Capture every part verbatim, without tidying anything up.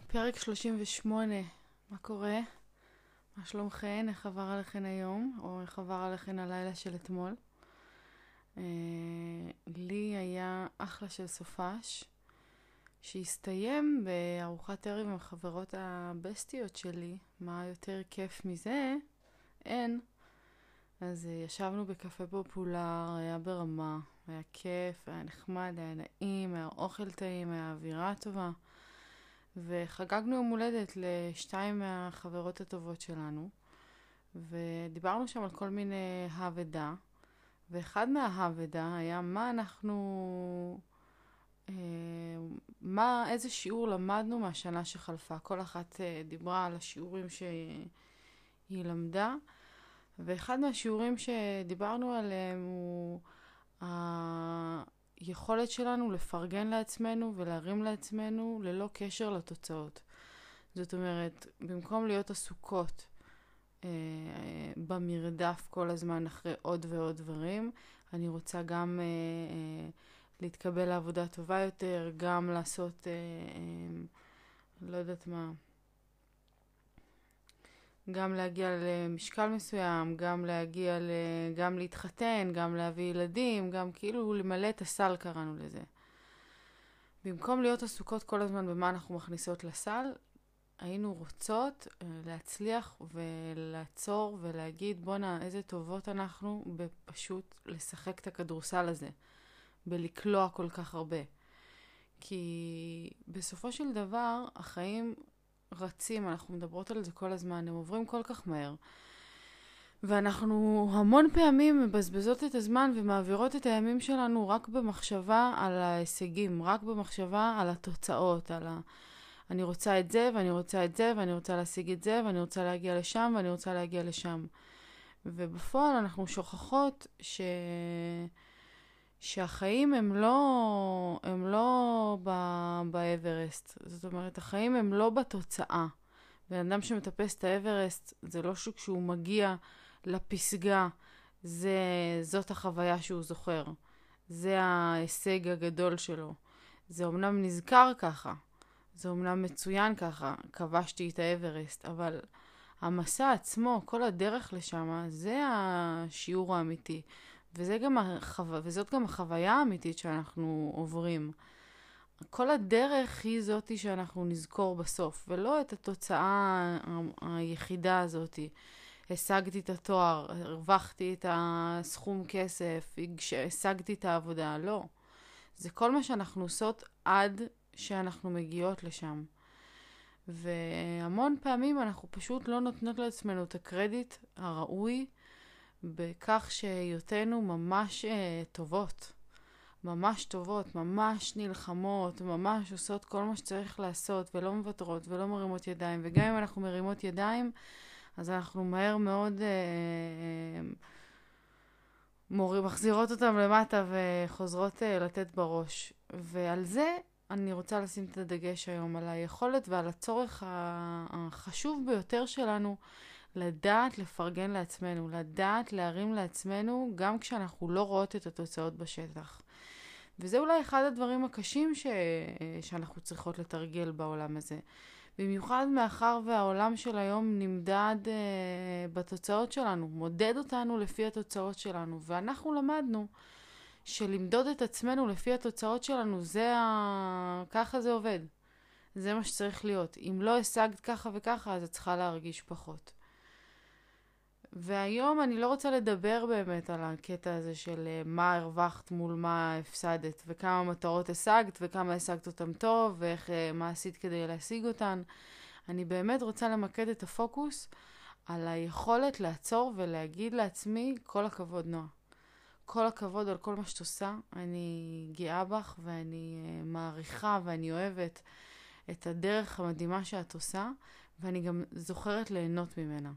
פרק שלושים ושמונה, מה קורה? מה שלומכן? איך עבר עליכן היום? או איך עבר עליכן הלילה של אתמול? אה, לי היה אחלה של סופש, שהסתיים בארוחת ערב עם חברות הבסטיות שלי. מה יותר כיף מזה? אין. אז אה, ישבנו בקפה פופולר, היה ברמה, היה כיף, היה נחמד, היה נעים, היה אוכל טעים, היה אווירה טובה. וחגגנו יום הולדת לשתיים מהחברות הטובות שלנו, ודיברנו שם על כל מיני הוודא, ואחד מההוודא היה מה אנחנו, אה, מה, איזה שיעור למדנו מהשנה שחלפה. כל אחת אה, דיברה על השיעורים שהיא למדה, ואחד מהשיעורים שדיברנו עליהם הוא היכולת שלנו לפרגן לעצמנו ולהרים לעצמנו ללא קשר לתוצאות. זאת אומרת, במקום להיות עסוקות אה, במרדף כל הזמן אחרי עוד ועוד דברים, אני רוצה גם אה, אה, להתקבל לעבודה טובה יותר, גם לעשות, אה, אה, לא יודעת מה, גם להגיע למשקל מסוים, גם להגיע, ל... גם להתחתן, גם להביא ילדים, גם כאילו למלא את הסל, קראנו לזה. במקום להיות עסוקות כל הזמן במה אנחנו מכניסות לסל, היינו רוצות להצליח ולעצור ולהגיד בונה איזה טובות אנחנו בפשוט לשחק את הכדורסל הזה, בלקלוע כל כך הרבה. כי בסופו של דבר החיים רצים, אנחנו מדברות על זה כל הזמן, הם עוברים כל כך מהר. ואנחנו המון פעמים מבזבזות את הזמן ומעבירות את הימים שלנו רק במחשבה על ההישגים, רק במחשבה על התוצאות, על ה... אני רוצה את זה ואני רוצה את זה ואני רוצה להשיג את זה ואני רוצה להגיע לשם ואני רוצה להגיע לשם. ובפועל אנחנו שוכחות ש... שהחיים הם לא, הם לא ב... באברסט. זאת אומרת, החיים הם לא בתוצאה. בן אדם שמטפס את האברסט, זה לא שכשהוא מגיע לפסגה, זה, זאת החוויה שהוא זוכר. זה ההישג הגדול שלו. זה אומנם נזכר ככה, זה אומנם מצוין ככה, כבשתי את האברסט, אבל המסע עצמו, כל הדרך לשם, זה השיעור האמיתי. וזה גם החו... וזאת גם החוויה האמיתית שאנחנו עוברים. כל הדרך היא זאתי שאנחנו נזכור בסוף, ולא את התוצאה היחידה הזאתי. השגתי את התואר, הרווחתי את הסכום כסף, השגתי את העבודה, לא. זה כל מה שאנחנו עושות עד שאנחנו מגיעות לשם. והמון פעמים אנחנו פשוט לא נותנות לעצמנו את הקרדיט הראוי, בכך שהיותנו ממש uh, טובות. ממש טובות, ממש נלחמות, ממש עושות כל מה שצריך לעשות, ולא מוותרות ולא מרימות ידיים. וגם אם אנחנו מרימות ידיים, אז אנחנו מהר מאוד אה, אה, מורים, מחזירות אותם למטה וחוזרות אה, לתת בראש. ועל זה אני רוצה לשים את הדגש היום, על היכולת ועל הצורך החשוב ביותר שלנו, לדעת לפרגן לעצמנו, לדעת להרים לעצמנו, גם כשאנחנו לא רואות את התוצאות בשטח. וזה אולי אחד הדברים הקשים ש... שאנחנו צריכות לתרגל בעולם הזה. במיוחד מאחר והעולם של היום נמדד אה, בתוצאות שלנו, מודד אותנו לפי התוצאות שלנו, ואנחנו למדנו שלמדוד את עצמנו לפי התוצאות שלנו, זה ה... ככה זה עובד. זה מה שצריך להיות. אם לא השגת ככה וככה, אז את צריכה להרגיש פחות. והיום אני לא רוצה לדבר באמת על הקטע הזה של מה הרווחת מול מה הפסדת, וכמה מטרות השגת, וכמה השגת אותם טוב, ואיך, מה עשית כדי להשיג אותן. אני באמת רוצה למקד את הפוקוס על היכולת לעצור ולהגיד לעצמי, כל הכבוד נועה. כל הכבוד על כל מה שאת עושה. אני גאה בך, ואני מעריכה, ואני אוהבת את הדרך המדהימה שאת עושה, ואני גם זוכרת ליהנות ממנה.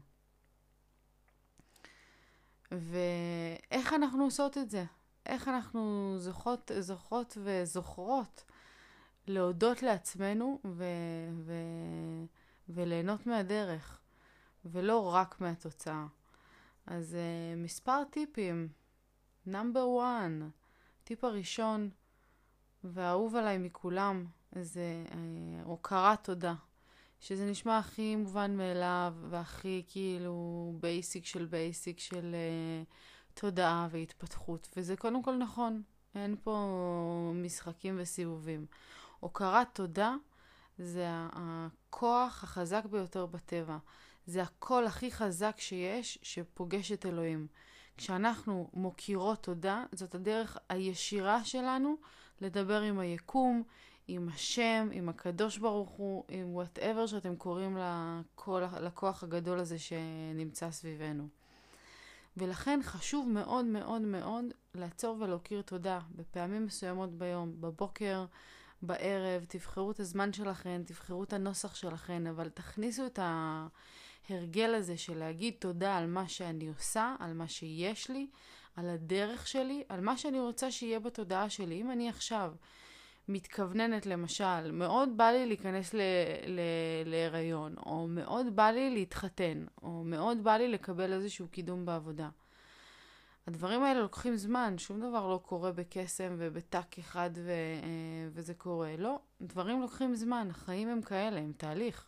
ואיך אנחנו עושות את זה? איך אנחנו זוכות, זוכות וזוכרות להודות לעצמנו ו... ו... וליהנות מהדרך, ולא רק מהתוצאה. אז uh, מספר טיפים. נאמבר וואן, טיפ הראשון והאהוב עליי מכולם, זה uh, הוקרת תודה. שזה נשמע הכי מובן מאליו, והכי כאילו בייסיק של בייסיק של uh, תודעה והתפתחות. וזה קודם כל נכון, אין פה משחקים וסיבובים. הוקרת תודה זה הכוח החזק ביותר בטבע. זה הקול הכי חזק שיש שפוגש את אלוהים. כשאנחנו מוקירות תודה, זאת הדרך הישירה שלנו לדבר עם היקום, עם השם, עם הקדוש ברוך הוא, עם whatever שאתם קוראים לקול, לכוח הגדול הזה שנמצא סביבנו. ולכן חשוב מאוד מאוד מאוד לעצור ולהוקיר תודה בפעמים מסוימות ביום, בבוקר, בערב, תבחרו את הזמן שלכם, תבחרו את הנוסח שלכם, אבל תכניסו את ההרגל הזה של להגיד תודה על מה שאני עושה, על מה שיש לי, על הדרך שלי, על מה שאני רוצה שיהיה בתודעה שלי. אם אני עכשיו מתכווננת למשל, מאוד בא לי להיכנס ל- ל- להיריון, או מאוד בא לי להתחתן, או מאוד בא לי לקבל איזשהו קידום בעבודה. הדברים האלה לוקחים זמן, שום דבר לא קורה בקסם ובטק אחד ו- וזה קורה. לא, דברים לוקחים זמן, החיים הם כאלה, הם תהליך.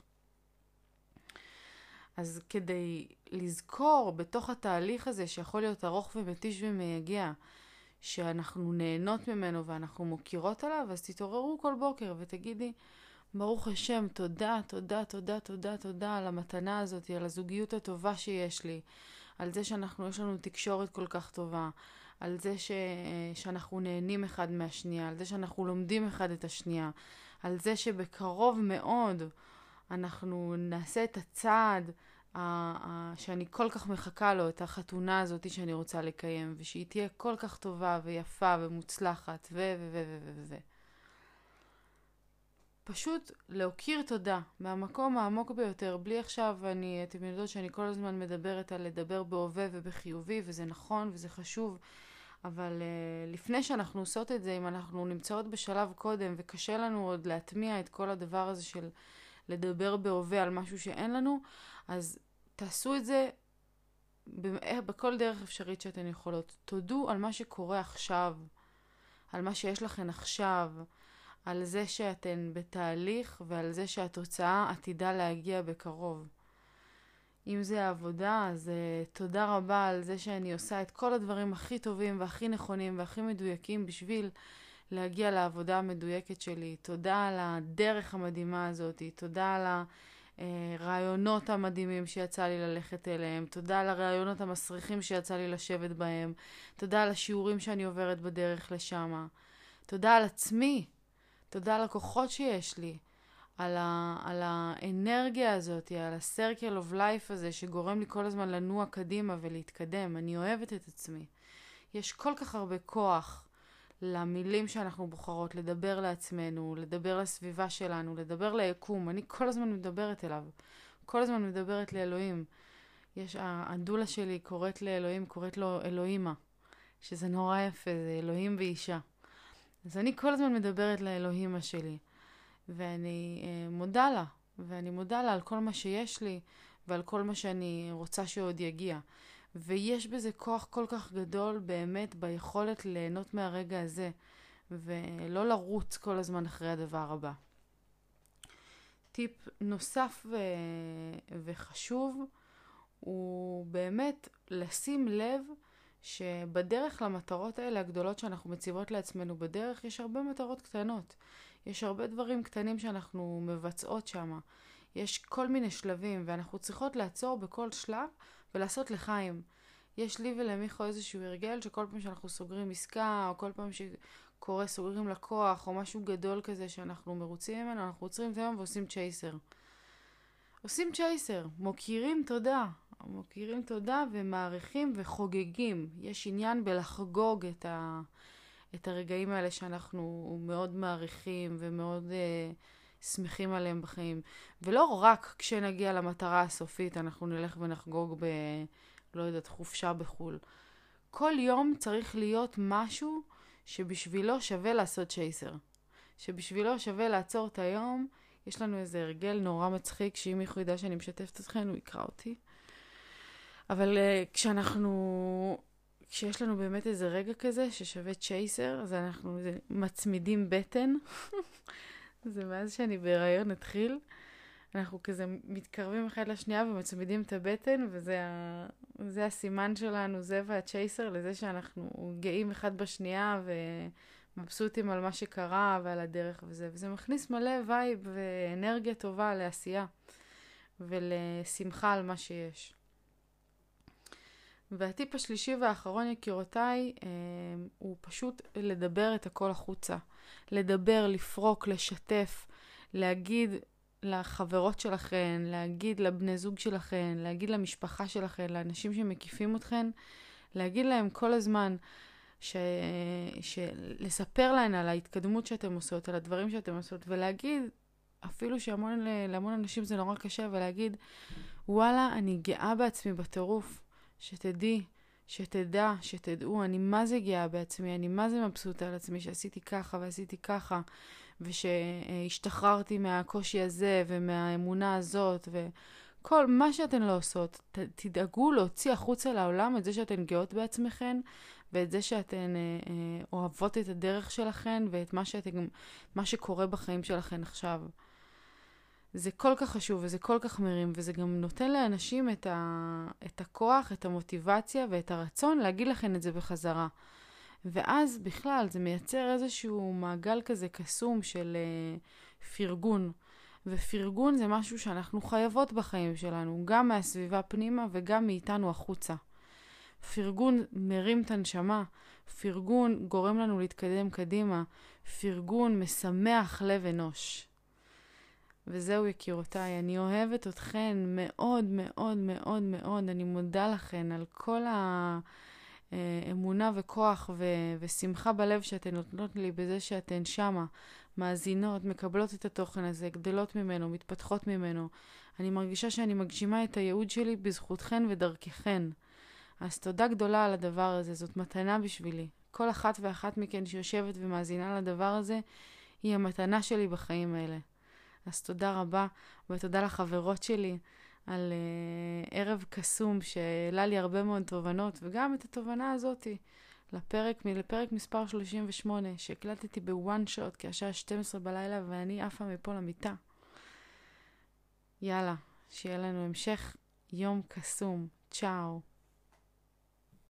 אז כדי לזכור בתוך התהליך הזה שיכול להיות ארוך ומתיש ומייגע, שאנחנו נהנות ממנו ואנחנו מוקירות עליו, אז תתעוררו כל בוקר ותגידי, ברוך השם, תודה, תודה, תודה, תודה, תודה על המתנה הזאת, על הזוגיות הטובה שיש לי, על זה שאנחנו, יש לנו תקשורת כל כך טובה, על זה ש, שאנחנו נהנים אחד מהשנייה, על זה שאנחנו לומדים אחד את השנייה, על זה שבקרוב מאוד אנחנו נעשה את הצעד ה- ה- שאני כל כך מחכה לו, את החתונה הזאת שאני רוצה לקיים, ושהיא תהיה כל כך טובה ויפה ומוצלחת ו ו ו ו ו ו פשוט להוקיר תודה מהמקום העמוק ביותר, בלי עכשיו, אני, אתם יודעות שאני כל הזמן מדברת על לדבר בהווה ובחיובי, וזה נכון וזה חשוב, אבל uh, לפני שאנחנו עושות את זה, אם אנחנו נמצאות בשלב קודם וקשה לנו עוד להטמיע את כל הדבר הזה של לדבר בהווה על משהו שאין לנו, אז תעשו את זה בכל דרך אפשרית שאתן יכולות. תודו על מה שקורה עכשיו, על מה שיש לכן עכשיו, על זה שאתן בתהליך ועל זה שהתוצאה עתידה להגיע בקרוב. אם זה העבודה, אז uh, תודה רבה על זה שאני עושה את כל הדברים הכי טובים והכי נכונים והכי מדויקים בשביל להגיע לעבודה המדויקת שלי. תודה על הדרך המדהימה הזאת, תודה על הרעיונות המדהימים שיצא לי ללכת אליהם, תודה על הרעיונות המסריחים שיצא לי לשבת בהם, תודה על השיעורים שאני עוברת בדרך לשם, תודה על עצמי, תודה על הכוחות שיש לי, על, ה, על האנרגיה הזאת, על ה-circle of life הזה שגורם לי כל הזמן לנוע קדימה ולהתקדם. אני אוהבת את עצמי. יש כל כך הרבה כוח למילים שאנחנו בוחרות, לדבר לעצמנו, לדבר לסביבה שלנו, לדבר ליקום. אני כל הזמן מדברת אליו, כל הזמן מדברת לאלוהים. יש, הדולה שלי קוראת לאלוהים, קוראת לו אלוהימה, שזה נורא יפה, זה אלוהים ואישה. אז אני כל הזמן מדברת לאלוהימה שלי, ואני אה, מודה לה, ואני מודה לה על כל מה שיש לי, ועל כל מה שאני רוצה שעוד יגיע. ויש בזה כוח כל כך גדול באמת ביכולת ליהנות מהרגע הזה, ולא לרוץ כל הזמן אחרי הדבר הבא. טיפ נוסף ו... וחשוב, הוא באמת לשים לב שבדרך למטרות האלה הגדולות שאנחנו מציבות לעצמנו בדרך, יש הרבה מטרות קטנות. יש הרבה דברים קטנים שאנחנו מבצעות שם. יש כל מיני שלבים, ואנחנו צריכות לעצור בכל שלב ולעשות לחיים. יש לי ולמיכו איזשהו הרגל שכל פעם שאנחנו סוגרים עסקה, או כל פעם שקורה סוגרים לקוח, או משהו גדול כזה שאנחנו מרוצים ממנו, אנחנו עוצרים את היום ועושים צ'ייסר. עושים צ'ייסר, מוקירים תודה. מוקירים תודה ומעריכים וחוגגים. יש עניין בלחגוג את ה... את הרגעים האלה שאנחנו מאוד מעריכים ומאוד uh, שמחים עליהם בחיים. ולא רק כשנגיע למטרה הסופית אנחנו נלך ונחגוג ב... לא יודעת, חופשה בחול. כל יום צריך להיות משהו שבשבילו שווה לעשות צ'ייסר. שבשבילו שווה לעצור את היום. יש לנו איזה הרגל נורא מצחיק, שאם מישהו ידע שאני משתפת אתכם, הוא יקרא אותי. אבל uh, כשאנחנו... כשיש לנו באמת איזה רגע כזה ששווה צ'ייסר, אז אנחנו מצמידים בטן. זה מאז שאני בהיריון התחיל. אנחנו כזה מתקרבים אחד לשנייה ומצמידים את הבטן, וזה ה... זה הסימן שלנו, זה והצ'ייסר, לזה שאנחנו גאים אחד בשנייה ומבסוטים על מה שקרה ועל הדרך וזה. וזה מכניס מלא וייב ואנרגיה טובה לעשייה ולשמחה על מה שיש. והטיפ השלישי והאחרון, יקירותיי, הוא פשוט לדבר את הכל החוצה. לדבר, לפרוק, לשתף, להגיד לחברות שלכן, להגיד לבני זוג שלכן, להגיד למשפחה שלכן, לאנשים שמקיפים אתכן, להגיד להם כל הזמן, ש... ש... לספר להן על ההתקדמות שאתם עושות, על הדברים שאתם עושות, ולהגיד, אפילו שהמון, להמון אנשים זה נורא קשה, ולהגיד, וואלה, אני גאה בעצמי בטירוף. שתדעי, שתדע, שתדעו, אני מה זה גאה בעצמי, אני מה זה מבסוטה על עצמי, שעשיתי ככה ועשיתי ככה, ושהשתחררתי מהקושי הזה ומהאמונה הזאת, וכל מה שאתן לא עושות, ת, תדאגו להוציא החוצה לעולם את זה שאתן גאות בעצמכן, ואת זה שאתן אה, אה, אוהבות את הדרך שלכן, ואת מה, שאתן, מה שקורה בחיים שלכן עכשיו. זה כל כך חשוב וזה כל כך מרים, וזה גם נותן לאנשים את, ה, את הכוח, את המוטיבציה ואת הרצון להגיד לכן את זה בחזרה. ואז בכלל זה מייצר איזשהו מעגל כזה קסום של uh, פרגון. ופרגון זה משהו שאנחנו חייבות בחיים שלנו, גם מהסביבה פנימה וגם מאיתנו החוצה. פרגון מרים את הנשמה, פרגון גורם לנו להתקדם קדימה, פרגון משמח לב אנוש. וזהו יקירותיי, אני אוהבת אתכן מאוד מאוד מאוד מאוד, אני מודה לכן על כל האמונה וכוח ו- ושמחה בלב שאתן נותנות לי בזה שאתן שמה, מאזינות, מקבלות את התוכן הזה, גדלות ממנו, מתפתחות ממנו. אני מרגישה שאני מגשימה את הייעוד שלי בזכותכן ודרככן. אז תודה גדולה על הדבר הזה, זאת מתנה בשבילי. כל אחת ואחת מכן שיושבת ומאזינה לדבר הזה, היא המתנה שלי בחיים האלה. אז תודה רבה, ותודה לחברות שלי על uh, ערב קסום שהעלה לי הרבה מאוד תובנות, וגם את התובנה הזאת לפרק, לפרק מספר שלושים ושמונה, שהקלטתי בוואן שוט, כי השעה שתים עשרה בלילה, ואני עפה מפה למיטה. יאללה, שיהיה לנו המשך יום קסום. צ'או.